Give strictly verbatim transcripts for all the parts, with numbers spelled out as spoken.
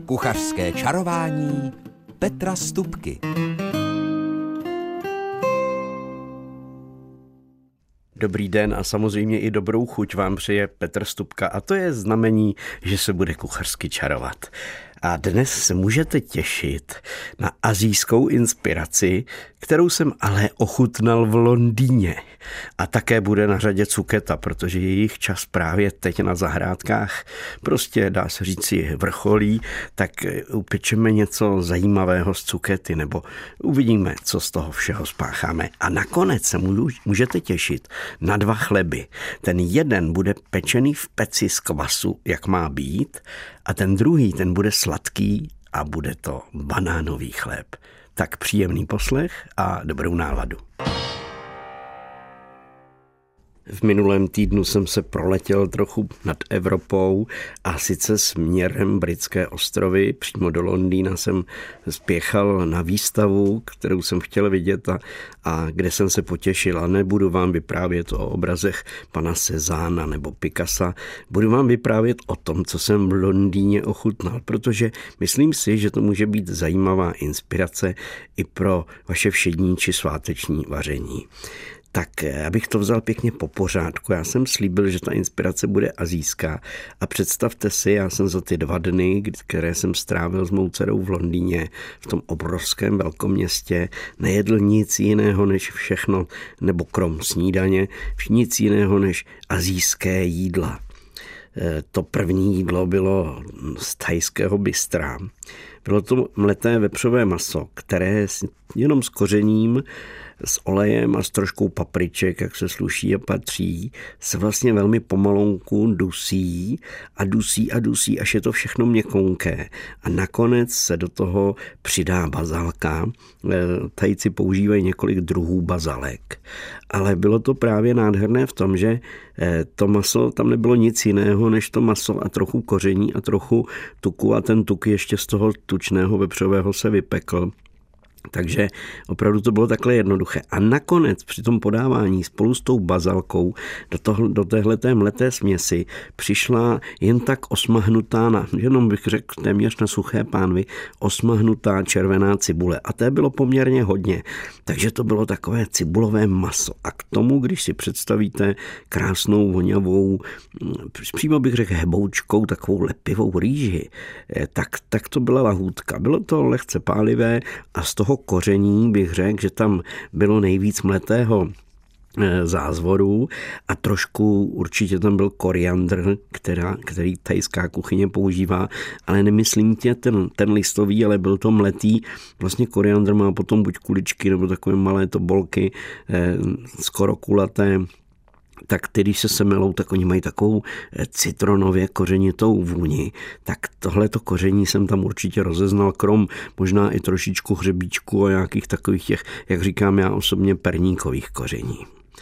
Kuchařské čarování Petra Stupky. Dobrý den a samozřejmě i dobrou chuť vám přeje Petr Stupka a to je znamení, že se bude kuchařsky čarovat. A dnes se můžete těšit na asijskou inspiraci, kterou jsem ale ochutnal v Londýně. A také bude na řadě cuketa, protože jejich čas právě teď na zahrádkách prostě, dá se říci, vrcholí, tak upečeme něco zajímavého z cukety, nebo uvidíme, co z toho všeho spácháme. A nakonec se můžete těšit na dva chleby. Ten jeden bude pečený v peci z kvasu, jak má být, a ten druhý, ten bude sladký a bude to banánový chléb. Tak příjemný poslech a dobrou náladu. V minulém týdnu jsem se proletěl trochu nad Evropou a sice směrem Britské ostrovy. Přímo do Londýna jsem spěchal na výstavu, kterou jsem chtěl vidět a, a kde jsem se potěšil. A nebudu vám vyprávět o obrazech pana Cézanna nebo Picassa. Budu vám vyprávět o tom, co jsem v Londýně ochutnal, protože myslím si, že to může být zajímavá inspirace i pro vaše všední či sváteční vaření. Tak abych to vzal pěkně po pořádku, já jsem slíbil, že ta inspirace bude asijská a představte si, já jsem za ty dva dny, které jsem strávil s mou dcerou v Londýně, v tom obrovském velkoměstě, nejedl nic jiného než všechno, nebo krom snídaně, nic jiného než asijské jídla. To první jídlo bylo z thajského bystra. Bylo to mleté vepřové maso, které jenom s kořením, s olejem a s troškou papriček, jak se sluší a patří, se vlastně velmi pomalonku dusí a dusí a dusí, až je to všechno měkkonké. A nakonec se do toho přidá bazalka. Thajci používají několik druhů bazalek. Ale bylo to právě nádherné v tom, že to maso, tam nebylo nic jiného, než to maso a trochu koření a trochu tuku a ten tuk ještě z toho tučného vepřového se vypekl. Takže opravdu to bylo takhle jednoduché. A nakonec při tom podávání spolu s tou bazalkou do, toho, do téhleté mleté směsi přišla jen tak osmahnutá, na, jenom bych řekl téměř na suché pánvi, osmahnutá červená cibule. A té bylo poměrně hodně. Takže to bylo takové cibulové maso. A k tomu, když si představíte krásnou, vonavou, přímo bych řekl heboučkou, takovou lepivou rýži, tak, tak to byla lahůdka. Bylo to lehce pálivé a z toho koření bych řekl, že tam bylo nejvíc mletého zázvoru a trošku určitě tam byl koriandr, která, který thajská kuchyně používá, ale nemyslím tě ten, ten listový, ale byl to mletý. Vlastně koriandr má potom buď kuličky nebo takové malé tobolky, eh, skoro kulaté, tak ty, když se semelou, tak oni mají takovou citronově kořenitou vůni. Tak tohleto koření jsem tam určitě rozeznal, krom možná i trošičku hřebíčku a nějakých takových těch, jak říkám já osobně, perníkových koření.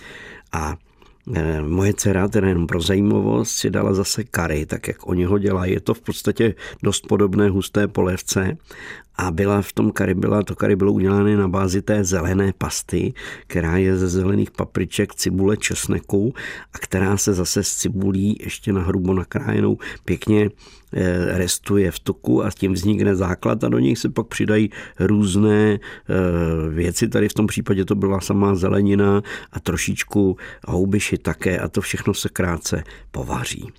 A e, moje dcera, teda jenom pro zajímavost, si dala zase kary, tak jak oni ho dělají. Je to v podstatě dost podobné husté polévce a byla v tom kary, byla, to kary bylo udělané na bázi té zelené pasty, která je ze zelených papriček, cibule, česneku a která se zase s cibulí ještě na hrubo nakrájenou pěkně restuje v tuku a tím vznikne základ a do něj se pak přidají různé věci. Tady v tom případě to byla samá zelenina a trošičku houbiši také a to všechno se krátce povaří.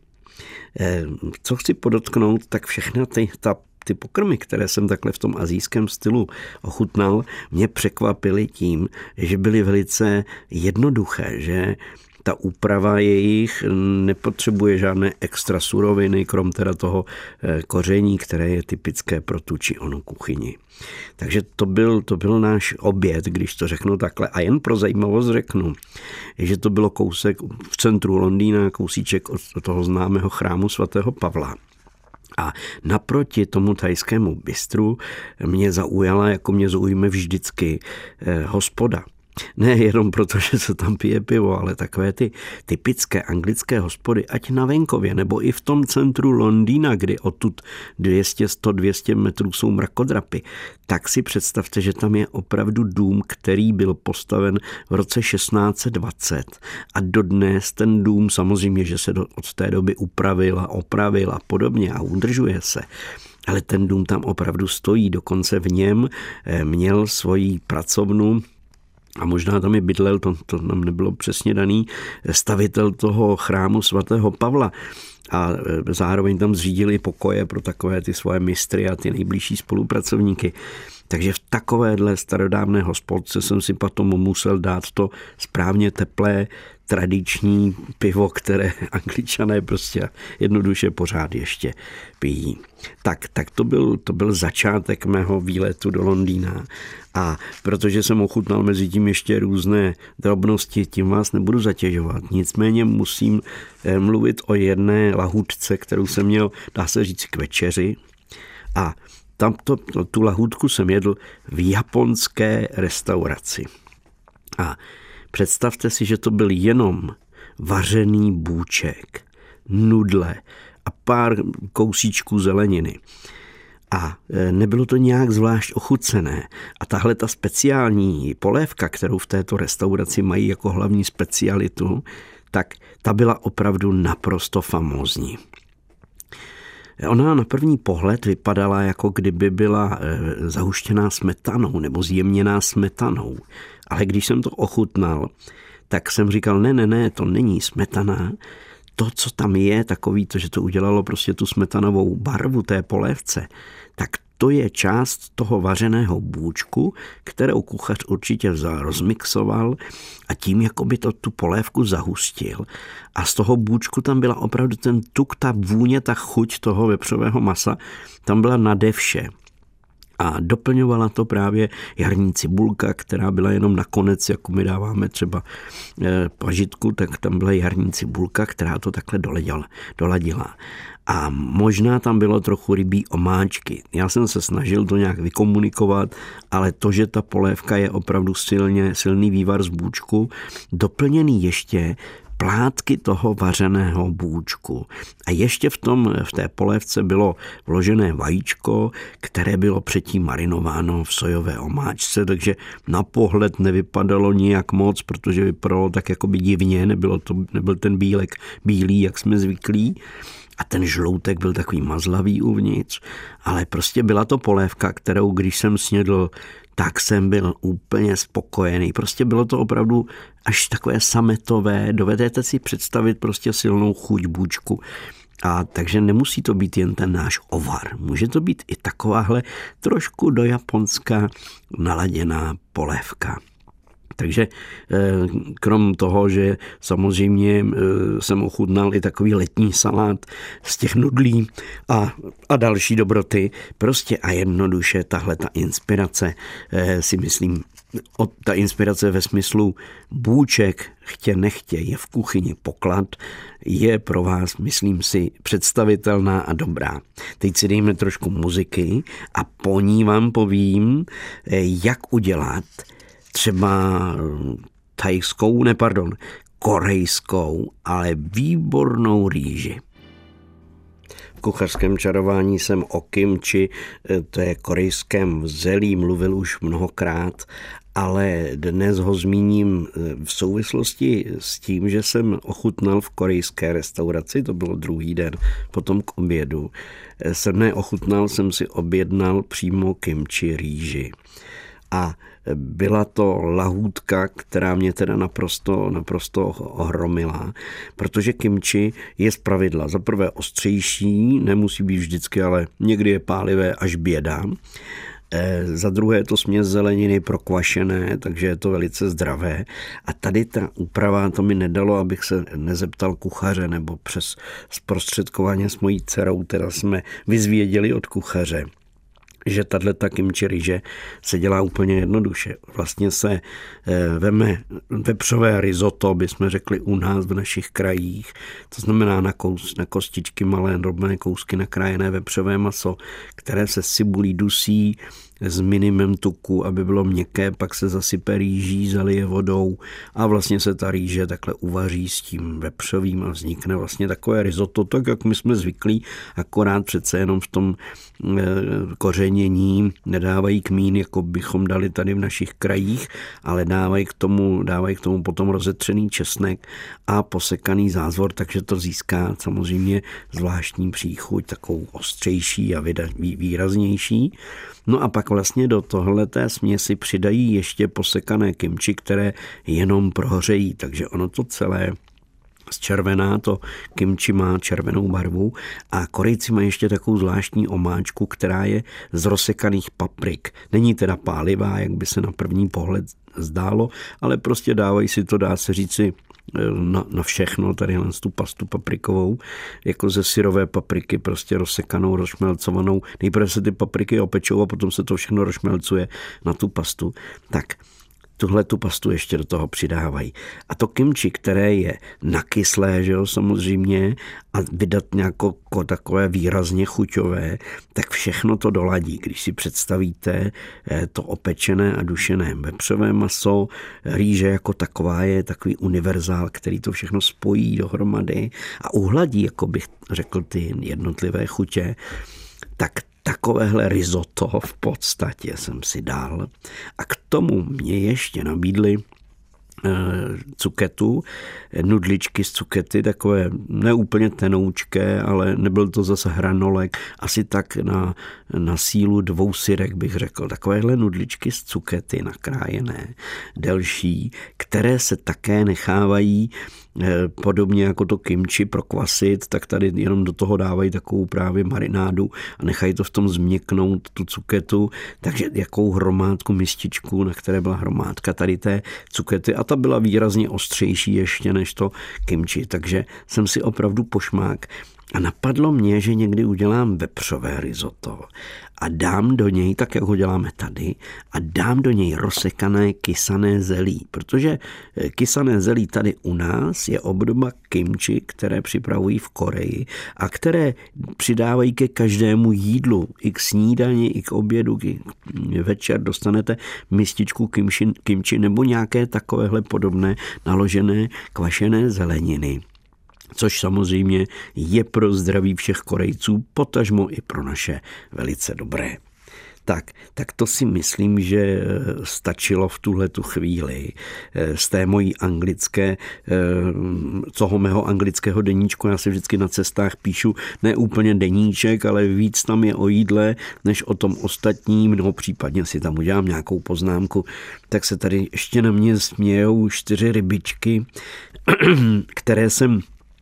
Co chci podotknout, tak všechny ty, ta Ty pokrmy, které jsem takhle v tom asijském stylu ochutnal, mě překvapily tím, že byly velice jednoduché, že ta úprava jejich nepotřebuje žádné extra suroviny, krom teda toho koření, které je typické pro tu či onu kuchyni. Takže to byl, to byl náš oběd, když to řeknu takhle. A jen pro zajímavost řeknu, že to bylo kousek v centru Londýna, kousíček od toho známého chrámu svatého Pavla. A naproti tomu thajskému bistru mě zaujala, jako mě zaujme vždycky, eh, hospoda. Ne jenom proto, že se tam pije pivo, ale takové ty typické anglické hospody, ať na venkově, nebo i v tom centru Londýna, kdy odtud dvě stě, sto, dvě stě metrů jsou mrakodrapy, tak si představte, že tam je opravdu dům, který byl postaven v roce šestnáct set dvacet a dodnes ten dům samozřejmě, že se do, od té doby upravil a opravil a podobně a udržuje se. ale ten dům tam opravdu stojí, dokonce v něm měl svoji pracovnu a možná tam i bydlel, to, to nám nebylo přesně daný, stavitel toho chrámu svatého Pavla. A zároveň tam zřídili pokoje pro takové ty svoje mistry a ty nejbližší spolupracovníky. Takže v takovéhle starodávné hospodce jsem si potom musel dát to správně teplé tradiční pivo, které Angličané prostě jednoduše pořád ještě pijí. Tak, tak to byl, to byl začátek mého výletu do Londýna. A protože jsem ochutnal mezi tím ještě různé drobnosti, tím vás nebudu zatěžovat. Nicméně musím mluvit o jedné lahůdce, kterou jsem měl, dá se říct, k večeři. A tam to, tu lahůdku jsem jedl v japonské restauraci. A představte si, že to byl jenom vařený bůček, nudle a pár kousíčků zeleniny. A nebylo to nějak zvlášť ochucené. A tahle ta speciální polévka, kterou v této restauraci mají jako hlavní specialitu, tak ta byla opravdu naprosto famózní. Ona na první pohled vypadala, jako kdyby byla zahuštěná smetanou nebo zjemněná smetanou. Ale když jsem to ochutnal, tak jsem říkal, ne, ne, ne, to není smetana. To, co tam je, takový to, že to udělalo prostě tu smetanovou barvu té polévce, tak to je část toho vařeného bůčku, kterou kuchař určitě vzal, rozmixoval a tím jako by to tu polévku zahustil. A z toho bůčku tam byla opravdu ten tuk, ta vůně, ta chuť toho vepřového masa, tam byla nade vše. A doplňovala to právě jarní cibulka, která byla jenom nakonec, jako my dáváme třeba pažitku, tak tam byla jarní cibulka, která to takhle doladila. doladila. A možná tam bylo trochu rybí omáčky. Já jsem se snažil to nějak vykomunikovat, ale to, že ta polévka je opravdu silně, silný vývar z bůčku, doplněný ještě plátky toho vařeného bůčku. A ještě v tom, v té polévce bylo vložené vajíčko, které bylo předtím marinováno v sojové omáčce, takže na pohled nevypadalo nijak moc, protože vypadalo tak jakoby divně, nebylo to, nebyl ten bílek bílý, jak jsme zvyklí. A ten žloutek byl takový mazlavý uvnitř, ale prostě byla to polévka, kterou když jsem snědl, tak jsem byl úplně spokojený. Prostě bylo to opravdu až takové sametové. Dovedete si představit prostě silnou chuť bůčku. A takže nemusí to být jen ten náš ovar. Může to být i takováhle trošku do Japonska naladěná polévka. Takže krom toho, že samozřejmě jsem ochutnal i takový letní salát z těch nudlí a, a další dobroty, prostě a jednoduše tahle ta inspirace, si myslím, ta inspirace ve smyslu bůček chtě nechtě je v kuchyni poklad, je pro vás, myslím si, představitelná a dobrá. Teď si dejme trošku muziky a po ní vám povím, jak udělat třeba thajskou, ne pardon, korejskou, ale výbornou rýži. V kuchařském čarování jsem o kimči, to je korejském zelí, mluvil už mnohokrát, ale dnes ho zmíním v souvislosti s tím, že jsem ochutnal v korejské restauraci, to bylo druhý den, potom k obědu. Jsem neochutnal, jsem si objednal přímo kimči rýži. A byla to lahůdka, která mě teda naprosto, naprosto ohromila, protože kimči je zpravidla za prvé ostřejší, nemusí být vždycky, ale někdy je pálivé až běda. E, za druhé je to směs zeleniny prokvašené, takže je to velice zdravé. A tady ta úprava, to mi nedalo, abych se nezeptal kuchaře, nebo přes zprostředkovaně s mojí dcerou, teda jsme vyzvěděli od kuchaře, že tato kimči rýže se dělá úplně jednoduše. Vlastně se veme vepřové risotto, bychom řekli u nás v našich krajích, to znamená na, kous, na kostičky malé drobné kousky nakrájené vepřové maso, které se cibulí dusí s minimem tuku, aby bylo měkké, pak se zasype rýží, zalije vodou a vlastně se ta rýže takhle uvaří s tím vepřovým a vznikne vlastně takové risotto, tak jak my jsme zvyklí, akorát přece jenom v tom kořenění nedávají kmín, jako bychom dali tady v našich krajích, ale dávají k tomu, dávají k tomu potom rozetřený česnek a posekaný zázvor, takže to získá samozřejmě zvláštní příchuť, takovou ostřejší a výraznější. No a pak vlastně do tohleté směsi přidají ještě posekané kimči, které jenom prohřejí, takže ono to celé zčervená, to kimči má červenou barvu a Korejci mají ještě takovou zvláštní omáčku, která je z rozsekaných paprik. Není teda pálivá, jak by se na první pohled zdálo, ale prostě dávají si to, dá se říci, na, na všechno, tady jen tu pastu paprikovou, jako ze syrové papriky, prostě rozsekanou, rozšmelcovanou. Nejprve se ty papriky opečou a potom se to všechno rozšmelcuje na tu pastu. Tak tuhle tu pastu ještě do toho přidávají. A to kimči, které je nakyslé, že jo, samozřejmě, a vydat nějako takové výrazně chuťové, tak všechno to doladí. Když si představíte to opečené a dušené vepřové maso, rýže jako taková je takový univerzál, který to všechno spojí dohromady a uhladí, jako bych řekl, ty jednotlivé chutě, tak takovéhle risotto v podstatě jsem si dal. A k tomu mě ještě nabídli cuketu, nudličky z cukety, takové neúplně tenoučké, ale nebyl to zase hranolek, asi tak na, na sílu dvou syrek bych řekl. Takovéhle nudličky z cukety nakrájené, delší, které se také nechávají podobně jako to kimči prokvasit, tak tady jenom do toho dávají takovou právě marinádu a nechají to v tom změknout, tu cuketu, takže jakou hromádku mističku, na které byla hromádka tady té cukety a ta byla výrazně ostřejší ještě než to kimči, takže jsem si opravdu pošmák. A napadlo mě, že někdy udělám vepřové risotto a dám do něj, tak jak ho děláme tady, a dám do něj rozsekané kysané zelí, protože kysané zelí tady u nás je obdoba kimči, které připravují v Koreji a které přidávají ke každému jídlu, i k snídani, i k obědu, i k večer dostanete mističku kimči, kimči nebo nějaké takovéhle podobné naložené kvašené zeleniny. Což samozřejmě je pro zdraví všech Korejců, potažmo i pro naše velice dobré. Tak, tak to si myslím, že stačilo v tuhletu chvíli z té mojí anglické, toho mého anglického deníčku. Já si vždycky na cestách píšu ne úplně deníček, ale víc tam je o jídle, než o tom ostatním, nebo případně si tam udělám nějakou poznámku. Tak se tady ještě na mě smějou čtyři rybičky, které jsem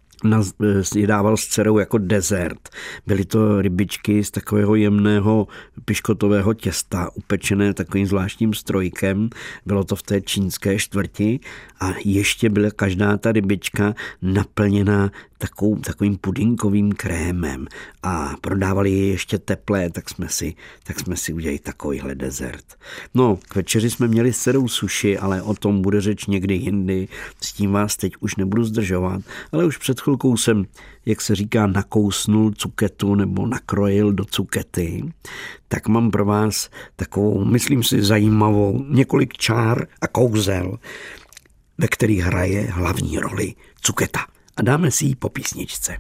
dával s dcerou jako dezert. Byly to rybičky z takového jemného piškotového těsta, upečené takovým zvláštním strojkem. Bylo to v té čínské čtvrti a ještě byla každá ta rybička naplněná takovou, takovým pudinkovým krémem a prodávali je ještě teplé, tak jsme si, tak jsme si udělali takovýhle dezert. No, k večeři jsme měli s dcerou sushi, ale o tom bude řeč někdy jindy. S tím vás teď už nebudu zdržovat, ale už před chvilkou jsem, jak se říká, nakousnul cuketu nebo nakrojil do cukety, tak mám pro vás takovou, myslím si, zajímavou několik čár a kouzel, ve kterých hraje hlavní roli cuketa. A dáme si ji po písničce.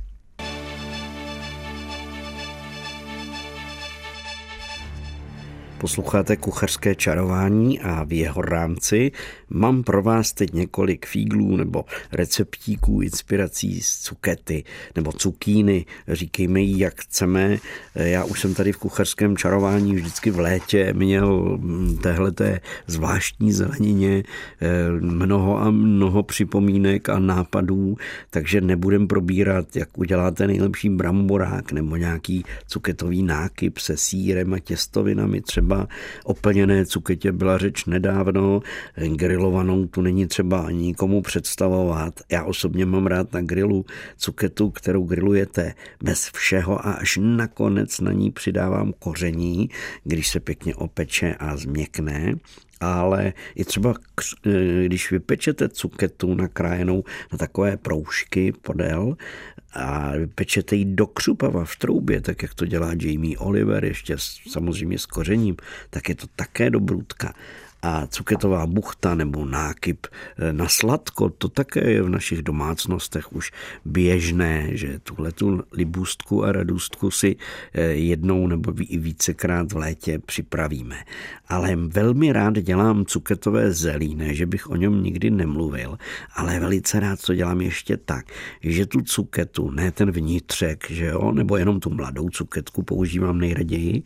Posloucháte Kuchařské čarování a v jeho rámci mám pro vás teď několik fíglů nebo receptíků, inspirací z cukety nebo cukíny, říkejme jí jak chceme. Já už jsem tady v Kuchařském čarování vždycky v létě měl téhleté zvláštní zelenině mnoho a mnoho připomínek a nápadů, takže nebudem probírat, jak uděláte nejlepší bramborák nebo nějaký cuketový nákyp se sýrem a těstovinami. Třeba o plněné cuketě byla řeč nedávno, grilovanou tu není třeba ani nikomu představovat. Já osobně mám rád na grilu cuketu, kterou grillujete bez všeho a až nakonec na ní přidávám koření, když se pěkně opeče a změkne. ale i třeba, když vypečete cuketu nakrájenou na takové proužky podél a vypečete ji do křupava v troubě, tak jak to dělá Jamie Oliver, ještě samozřejmě s kořením, tak je to také dobrůdka. A cuketová buchta nebo nákyp na sladko, to také je v našich domácnostech už běžné, že tuhletu libůstku a radůstku si jednou nebo i vícekrát v létě připravíme. Ale velmi rád dělám cuketové zelí, ne, že bych o něm nikdy nemluvil, ale velice rád to dělám ještě tak, že tu cuketu, ne ten vnitřek, že jo, nebo jenom tu mladou cuketku používám nejraději,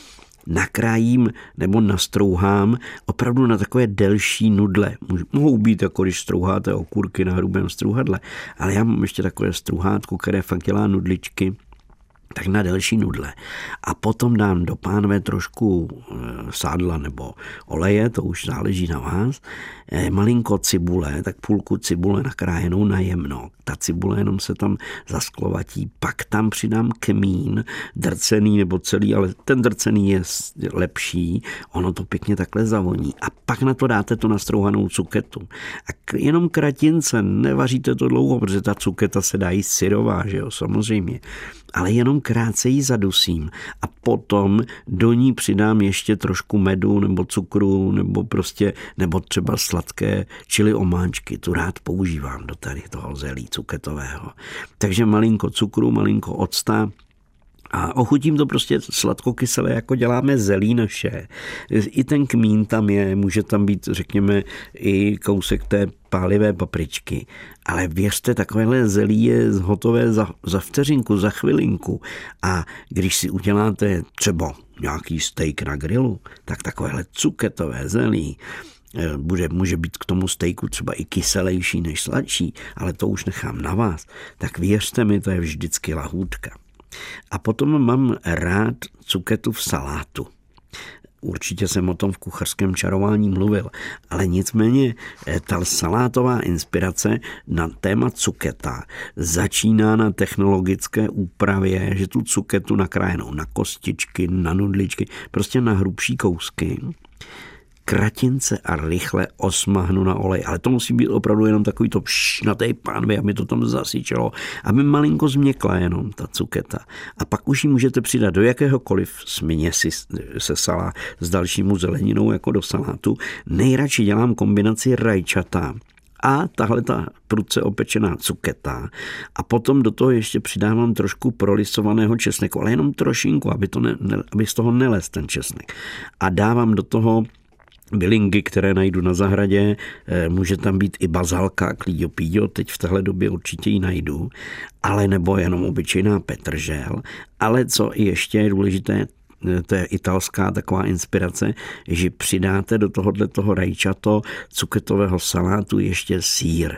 nakrájím nebo nastrouhám opravdu na takové delší nudle. Mohou být, jako když strouháte okurky na hrubém strouhadle, ale já mám ještě takové strouhátko, které fakt dělá nudličky, tak na delší nudle. A potom dám do pánve trošku sádla nebo oleje, to už záleží na vás, malinko cibule, tak půlku cibule nakrájenou na jemno. Ta cibule jenom se tam zasklovatí, pak tam přidám kmín, drcený nebo celý, ale ten drcený je lepší, ono to pěkně takhle zavoní. A pak na to dáte tu nastrouhanou cuketu. A jenom kratince, nevaříte to dlouho, protože ta cuketa se dá jíst syrová, že jo, samozřejmě. Ale jenom krátce ji zadusím a potom do ní přidám ještě trošku medu nebo cukru nebo prostě, nebo třeba sladké čili omáčky. Tu rád používám do tady toho zelí cuketového. Takže malinko cukru, malinko octa, a ochutím to prostě sladkokyselé, jako děláme zelí naše. I ten kmín tam je, může tam být, řekněme, i kousek té pálivé papričky. Ale věřte, takovéhle zelí je hotové za, za vteřinku, za chvilinku. A když si uděláte třeba nějaký steak na grilu, tak takovéhle cuketové zelí Bude, může být k tomu stejku třeba i kyselejší než sladší, ale to už nechám na vás. Tak věřte mi, to je vždycky lahůdka. A potom mám rád cuketu v salátu. Určitě jsem o tom v kuchařském čarování mluvil, ale nicméně ta salátová inspirace na téma cuketa začíná na technologické úpravě, že tu cuketu nakrájenou na kostičky, na nudličky, prostě na hrubší kousky, kratince a rychle osmahnu na olej. Ale to musí být opravdu jenom takový to pš na té pánvi, aby to tam zasyčelo, aby malinko změkla jenom ta cuketa. A pak už ji můžete přidat do jakéhokoliv směsi se salá s dalšímu zeleninou jako do salátu. Nejradši dělám kombinaci rajčata a tahle ta prudce opečená cuketa. A potom do toho ještě přidávám trošku prolisovaného česneku, ale jenom trošinku, aby, to ne, ne, aby z toho nelez ten česnek. A dávám do toho bylinky, které najdu na zahradě, může tam být i bazalka, klíďo píďo, teď v téhle době určitě ji najdu, ale nebo jenom obyčejná petržel, ale co ještě je důležité, to je italská taková inspirace, že přidáte do tohohle toho rajčato cuketového salátu ještě sýr.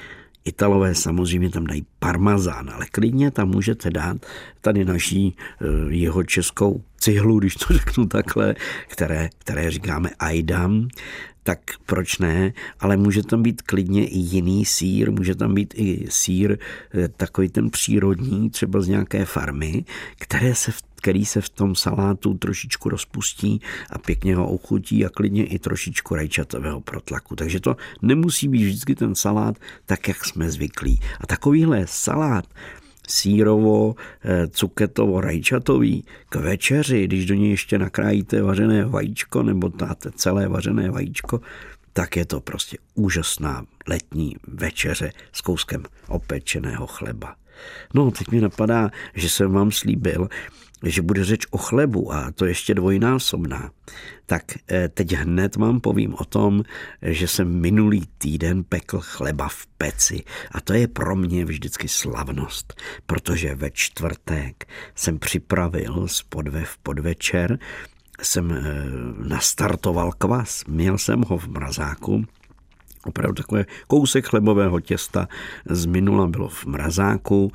Italové samozřejmě tam dají parmazán, ale klidně tam můžete dát tady naší jeho českou cihlu, když to řeknu takhle, které, které říkáme ajdam, tak proč ne, ale může tam být klidně i jiný sýr, může tam být i sýr takový ten přírodní, třeba z nějaké farmy, které se v který se v tom salátu trošičku rozpustí a pěkně ho ochutí a klidně i trošičku rajčatového protlaku. Takže to nemusí být vždycky ten salát tak, jak jsme zvyklí. A takovýhle salát sýrovo, cuketovo, rajčatový k večeři, když do něj ještě nakrájíte vařené vajíčko nebo dáte celé vařené vajíčko, tak je to prostě úžasná letní večeře s kouskem opečeného chleba. No, teď mi napadá, že jsem vám slíbil, že bude řeč o chlebu a to ještě dvojnásobná. Tak teď hned vám povím o tom, že jsem minulý týden pekl chleba v peci a to je pro mě vždycky slavnost, protože ve čtvrtek jsem připravil spodve v podvečer, jsem nastartoval kvas, měl jsem ho v mrazáku, opravdu takové kousek chlebového těsta z minula bylo v mrazáku,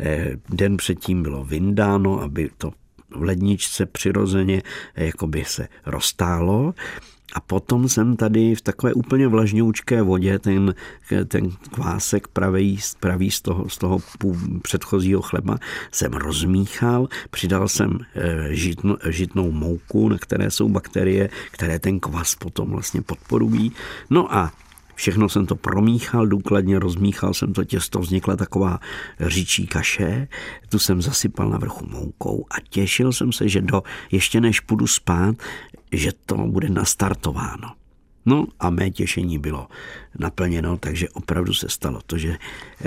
den předtím bylo vyndáno, aby to v ledničce přirozeně jakoby se roztálo. A potom jsem tady v takové úplně vlažňoučké vodě ten, ten kvásek pravý, pravý z toho, z toho předchozího chleba jsem rozmíchal, přidal jsem žitno, žitnou mouku, na které jsou bakterie, které ten kvas potom vlastně podporují. No a všechno jsem to promíchal, důkladně rozmíchal jsem to těsto, vznikla taková říčí kaše, tu jsem zasypal na vrchu moukou a těšil jsem se, že do, ještě než půjdu spát, že to bude nastartováno. No a mé těšení bylo naplněno, takže opravdu se stalo to, že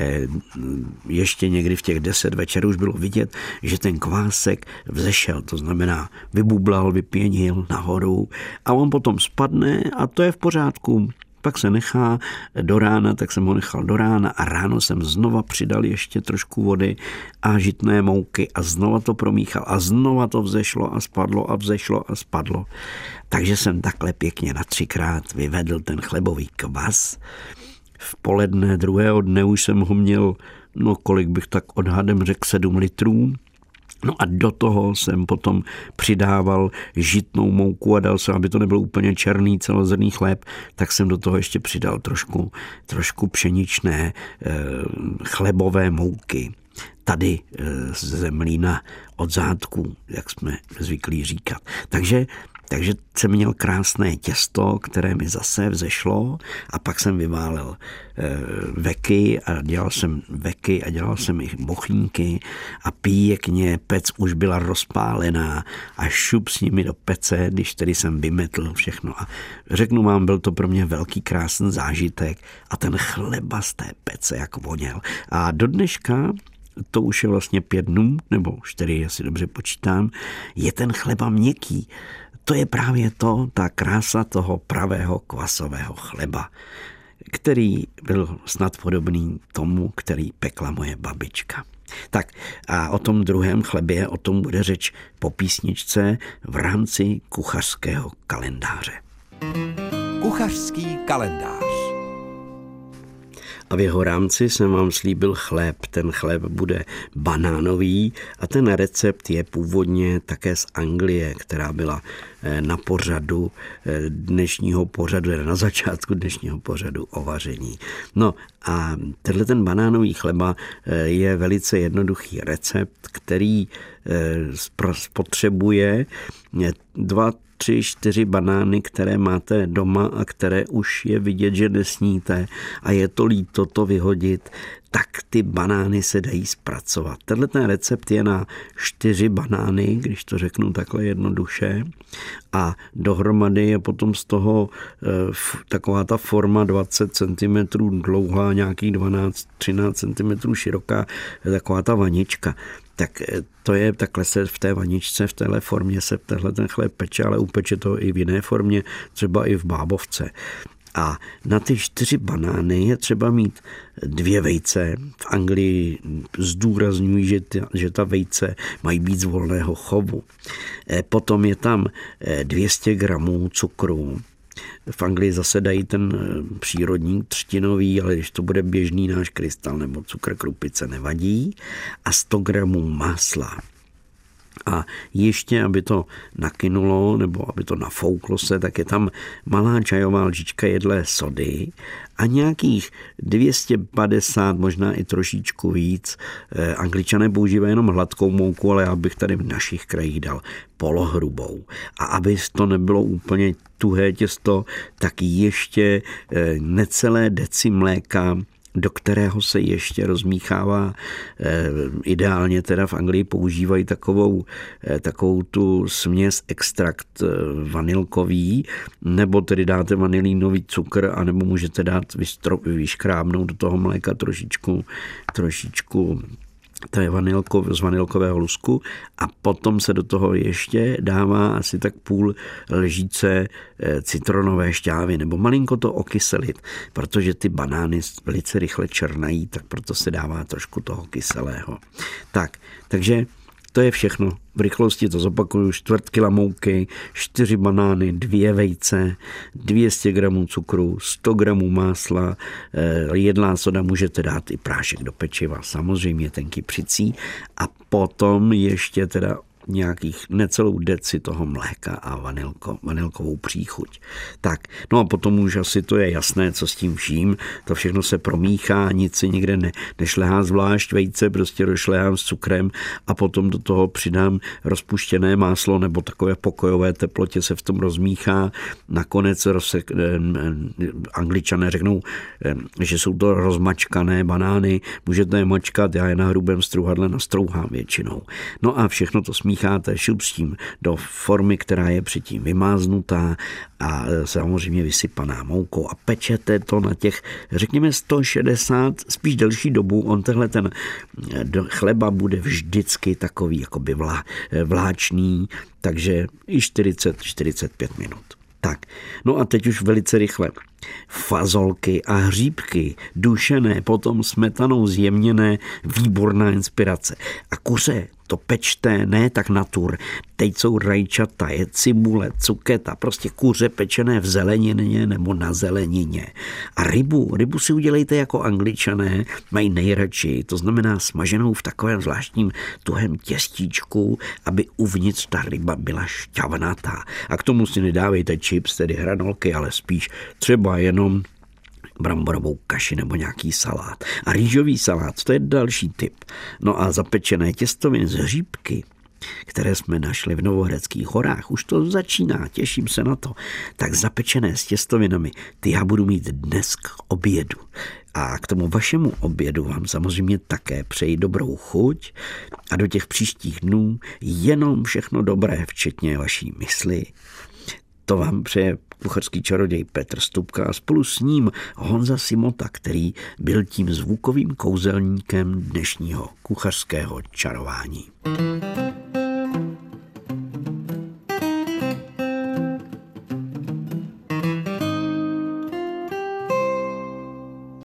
ještě někdy v těch deset večer už bylo vidět, že ten kvásek vzešel, to znamená vybublal, vypěnil nahoru a on potom spadne a to je v pořádku. Pak se nechá do rána, tak jsem ho nechal do rána a ráno jsem znova přidal ještě trošku vody a žitné mouky a znova to promíchal a znova to vzešlo a spadlo a vzešlo a spadlo. Takže jsem takhle pěkně na třikrát vyvedl ten chlebový kvas. V poledne druhého dne už jsem ho měl, no kolik bych tak odhadem řekl, sedm litrů. No a do toho jsem potom přidával žitnou mouku a dal jsem, aby to nebyl úplně černý celozrnný chléb, tak jsem do toho ještě přidal trošku, trošku pšeničné e, chlebové mouky. Tady e, ze mlýna od Zátku, jak jsme zvyklí říkat. Takže Takže jsem měl krásné těsto, které mi zase vzešlo a pak jsem vyválel e, veky a dělal jsem veky a dělal jsem i bochníky a pěkně pec už byla rozpálená a šup s nimi do pece, když tedy jsem vymetl všechno. A řeknu vám, byl to pro mě velký krásný zážitek a ten chleba z té pece jak voněl. A do dneška, to už je vlastně pět dnů, nebo čtyři, jestli dobře počítám, je ten chleba měkký. To je právě to, ta krása toho pravého kvasového chleba, který byl snad podobný tomu, který pekla moje babička. Tak a o tom druhém chlebě, o tom bude řeč po písničce v rámci kuchařského kalendáře. Kuchařský kalendář. A v jeho rámci jsem vám slíbil chléb. Ten chléb bude banánový a ten recept je původně také z Anglie, která byla na pořadu dnešního pořadu, na začátku dnešního pořadu o vaření. No a tenhle ten banánový chleba je velice jednoduchý recept, který spotřebuje dva, tři, čtyři banány, které máte doma a které už je vidět, že nesníte a je to líto to vyhodit, tak ty banány se dají zpracovat. Tenhle ten recept je na čtyři banány, když to řeknu takhle jednoduše, a dohromady je potom z toho taková ta forma dvacet centimetrů dlouhá, nějakých dvanáct třináct centimetrů široká, taková ta vanička. Tak to je, takhle se v té vaničce, v téhle formě se tenhle ten chléb peče, ale upeče to i v jiné formě, třeba i v bábovce. A na ty čtyři banány je třeba mít dvě vejce. V Anglii zdůrazňují, že, ty, že ta vejce mají být z volného chovu. Potom je tam dvě stě gramů cukru. V Anglii zase dají ten přírodní třtinový, ale když to bude běžný náš krystal nebo cukr krupice, nevadí. A sto gramů másla. A ještě, aby to nakynulo, nebo aby to nafouklo se, tak je tam malá čajová lžička jedlé sody a nějakých dvě stě padesát, možná i trošičku víc. Angličané používají jenom hladkou mouku, ale já bych tady v našich krajích dal polohrubou. A aby to nebylo úplně tuhé těsto, tak ještě necelé deci mléka, do kterého se ještě rozmíchává, ideálně teda v Anglii používají takovou, takovou tu směs extrakt vanilkový, nebo tedy dáte vanilínový cukr, anebo můžete dát, vyškrábnout do toho mléka trošičku, trošičku to je vanilko, z vanilkového lusku a potom se do toho ještě dává asi tak půl lžíce citronové šťávy nebo malinko to okyselit, protože ty banány velice rychle černají, tak proto se dává trošku toho kyselého. Tak, takže to je všechno. V rychlosti to zopakuju. Čtvrt kila mouky, čtyři banány, dvě vejce, dvě stě gramů cukru, sto gramů másla, jedlá soda, můžete dát i prášek do pečiva, samozřejmě ten kypřicí. A potom ještě teda nějakých necelou deci toho mléka a vanilko, vanilkovou příchuť. Tak, no a potom už asi to je jasné, co s tím vším. To všechno se promíchá, nic si nikde ne, nešlehá zvlášť, vejce prostě rozšlehám s cukrem a potom do toho přidám rozpuštěné máslo nebo takové pokojové teplotě se v tom rozmíchá. Nakonec rozsek, Angličané řeknou, že jsou to rozmačkané banány, můžete je mačkat, já je na hrubém strouhadle nastrouhám většinou. No a všechno to smícháte šup s tím do formy, která je předtím vymáznutá a samozřejmě vysypaná moukou a pečete to na těch, řekněme, sto šedesát, spíš delší dobu. On tenhle ten chleba bude vždycky takový jakoby vlá, vláčný, takže i čtyřicet čtyřicet pět minut. Tak, no a teď už velice rychle. Fazolky a hříbky, dušené, potom smetanou zjemněné, výborná inspirace. A kuře, to pečte, ne tak natur. Teď jsou rajčata, je cibule, cuketa, prostě kuře pečené v zelenině nebo na zelenině. A rybu, rybu si udělejte jako Angličané, mají nejradši, to znamená smaženou v takovém zvláštním tuhém těstíčku, aby uvnitř ta ryba byla šťavnatá. A k tomu si nedávejte chips, tedy hranolky, ale spíš třeba jenom bramborovou kaši nebo nějaký salát. A rýžový salát, to je další tip. No a zapečené těstoviny z hříbky, které jsme našli v Novohradských horách, už to začíná, těším se na to. Tak zapečené s těstovinami, ty já budu mít dnes k obědu. A k tomu vašemu obědu vám samozřejmě také přeji dobrou chuť a do těch příštích dnů jenom všechno dobré, včetně vaší mysli. To vám přeje kuchařský čaroděj Petr Stupka a spolu s ním Honza Simota, který byl tím zvukovým kouzelníkem dnešního kuchařského čarování.